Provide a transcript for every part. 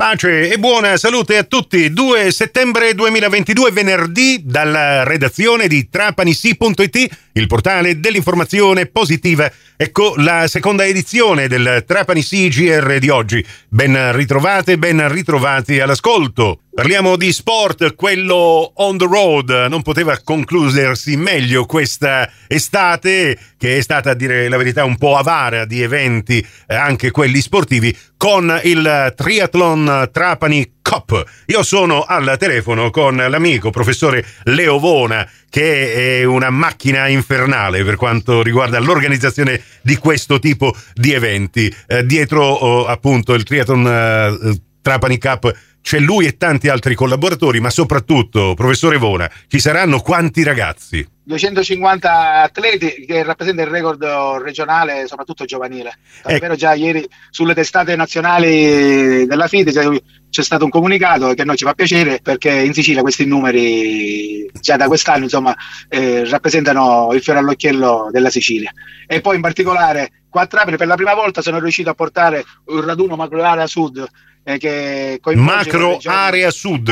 Pace e buona salute a tutti. 2 settembre 2022, venerdì, dalla redazione di trapanisi.it, il portale dell'informazione positiva. Ecco la seconda edizione del Trapanisi GR di oggi. Ben ritrovate, ben ritrovati all'ascolto. Parliamo di sport, quello on the road. Non poteva concludersi meglio questa estate, che è stata, a dire la verità, un po' avara di eventi, anche quelli sportivi, con il Triathlon Trapani Cup. Io sono al telefono con l'amico professore Leo Vona, che è una macchina infernale per quanto riguarda l'organizzazione di questo tipo di eventi. Dietro appunto il Triathlon Trapani Cup c'è lui e tanti altri collaboratori, ma soprattutto, professore Vona, ci saranno quanti ragazzi? 250 atleti, che rappresenta il record regionale, soprattutto giovanile. Davvero già ieri sulle testate nazionali della FIDE c'è stato un comunicato che a noi ci fa piacere, perché in Sicilia questi numeri già da quest'anno insomma rappresentano il fiore all'occhiello della Sicilia. E poi in particolare qua a Trapani per la prima volta sono riuscito a portare un raduno macro area sud, che macro area sud,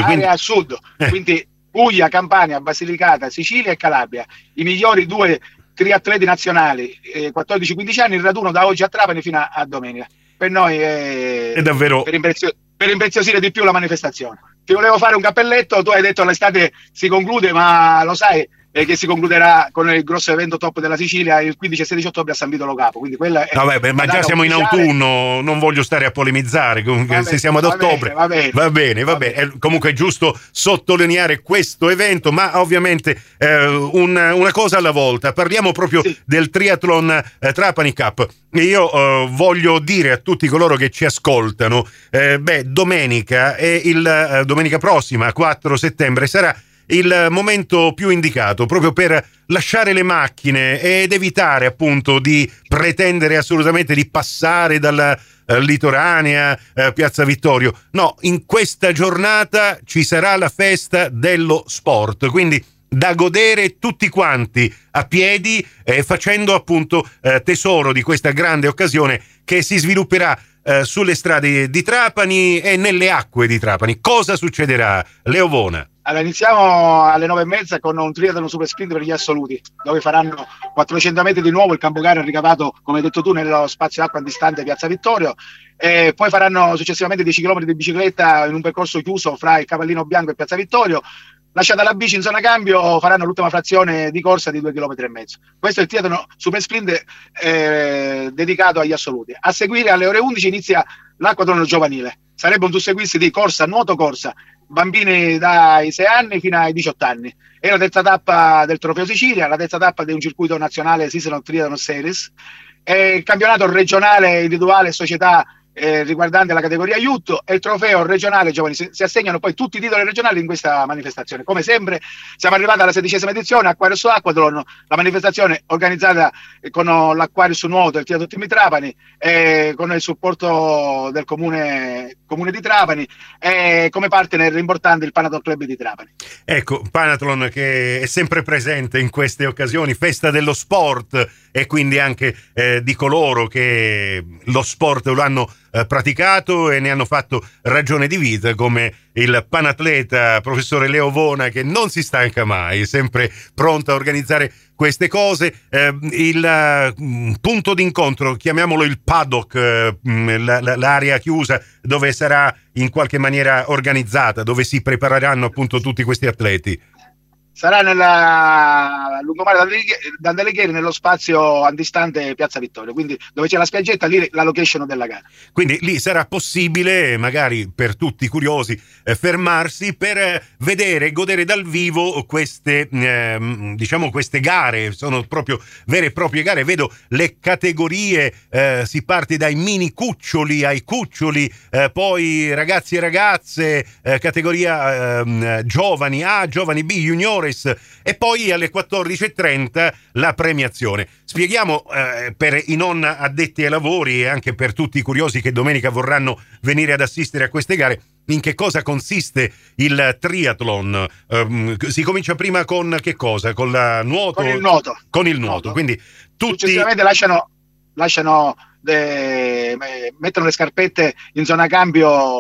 quindi Puglia, Campania, Basilicata, Sicilia e Calabria, i migliori due triatleti nazionali, 14-15 anni, il raduno da oggi a Trapani fino a domenica. Per noi è davvero per impreziosire di più la manifestazione. Ti volevo fare un cappelletto, tu hai detto l'estate si conclude, ma lo sai che si concluderà con il grosso evento top della Sicilia il 15 e 16 ottobre a San Vito Lo Capo. Quindi quella è ma già siamo ufficiale. In autunno, non voglio stare a polemizzare, comunque se siamo ad ottobre va bene. Comunque è giusto sottolineare questo evento, ma ovviamente una cosa alla volta. Parliamo proprio del Triathlon Trapani Cup. Io voglio dire a tutti coloro che ci ascoltano, domenica prossima, 4 settembre, sarà il momento più indicato proprio per lasciare le macchine ed evitare appunto di pretendere assolutamente di passare dalla litoranea Piazza Vittorio. No, in questa giornata ci sarà la festa dello sport, quindi da godere tutti quanti a piedi, facendo appunto tesoro di questa grande occasione che si svilupperà sulle strade di Trapani e nelle acque di Trapani. Cosa succederà, Leo Vona? Allora, iniziamo alle 9:30 con un triathlon super sprint per gli assoluti, dove faranno 400 metri di nuovo il Campogare ricavato, come hai detto tu, nello spazio acqua distante Piazza Vittorio, e poi faranno successivamente 10 km di bicicletta in un percorso chiuso fra il Cavallino Bianco e Piazza Vittorio. Lasciata la bici in zona cambio, faranno l'ultima frazione di corsa di 2,5 km. Questo è il triathlon super sprint dedicato agli assoluti. A seguire alle ore 11 inizia l'acquathlon giovanile. Sarebbe un susseguirsi di corsa, nuoto, corsa, bambini dai 6 anni fino ai 18 anni. È la terza tappa del Trofeo Sicilia, la terza tappa di un circuito nazionale Seasonal Triathlon Series, il campionato regionale individuale società riguardante la categoria Youth e il trofeo regionale giovani. Si assegnano poi tutti i titoli regionali in questa manifestazione. Come sempre siamo arrivati alla 16ª edizione Aquarius Aquathlon, la manifestazione organizzata con l'Aquarius Nuoto e il Triathlon Team Trapani, con il supporto del comune di Trapani, e come partner importante il Panathlon Club di Trapani. Ecco, Panathlon che è sempre presente in queste occasioni, festa dello sport, e quindi anche di coloro che lo sport lo hanno praticato e ne hanno fatto ragione di vita, come il panatleta professore Leo Vona, che non si stanca mai, sempre pronto a organizzare queste cose. Il punto d'incontro, chiamiamolo il paddock, l'area chiusa dove sarà in qualche maniera organizzata, dove si prepareranno appunto tutti questi atleti. Sarà nella lungomare d'Andaleghieri, nello spazio antistante Piazza Vittorio, quindi dove c'è la spiaggetta, lì la location della gara. Quindi lì sarà possibile, magari per tutti i curiosi, fermarsi per vedere e godere dal vivo queste queste gare. Sono proprio vere e proprie gare. Vedo le categorie, si parte dai mini cuccioli ai cuccioli, poi ragazzi e ragazze, categoria giovani A, giovani B, junior, e poi alle 14:30 la premiazione. Spieghiamo per i non addetti ai lavori e anche per tutti i curiosi che domenica vorranno venire ad assistere a queste gare in che cosa consiste il triathlon. Si comincia prima con che cosa? Con la nuoto? Con il nuoto. Quindi tutti successivamente mettono le scarpette in zona cambio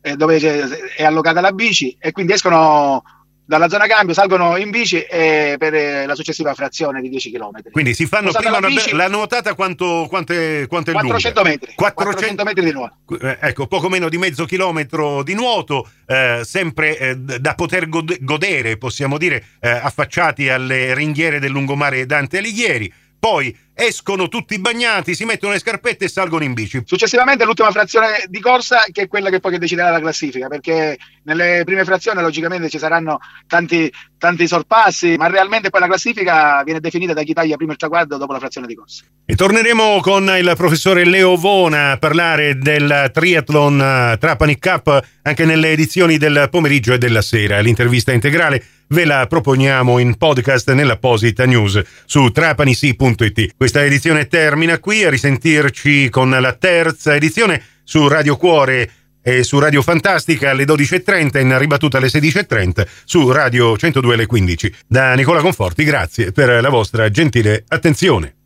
dove è allocata la bici, e quindi escono dalla zona cambio, salgono in bici per la successiva frazione di 10 km. Quindi si fanno prima la nuotata, quanto è 400 lunga? metri. 400 metri di nuoto. Ecco, poco meno di mezzo chilometro di nuoto, sempre da poter godere, possiamo dire, affacciati alle ringhiere del lungomare Dante Alighieri. Poi escono tutti bagnati, si mettono le scarpette e salgono in bici. Successivamente l'ultima frazione di corsa, che è quella che poi deciderà la classifica, perché nelle prime frazioni logicamente ci saranno tanti sorpassi, ma realmente poi la classifica viene definita da chi taglia prima il traguardo dopo la frazione di corsa. E torneremo con il professore Leo Vona a parlare del triathlon Trapani Cup anche nelle edizioni del pomeriggio e della sera. L'intervista integrale ve la proponiamo in podcast nell'apposita news su trapanisi.it. Questa edizione termina qui, a risentirci con la terza edizione su Radio Cuore e su Radio Fantastica alle 12.30, in ribattuta alle 16.30 su Radio 102 alle 15. Da Nicola Conforti, grazie per la vostra gentile attenzione.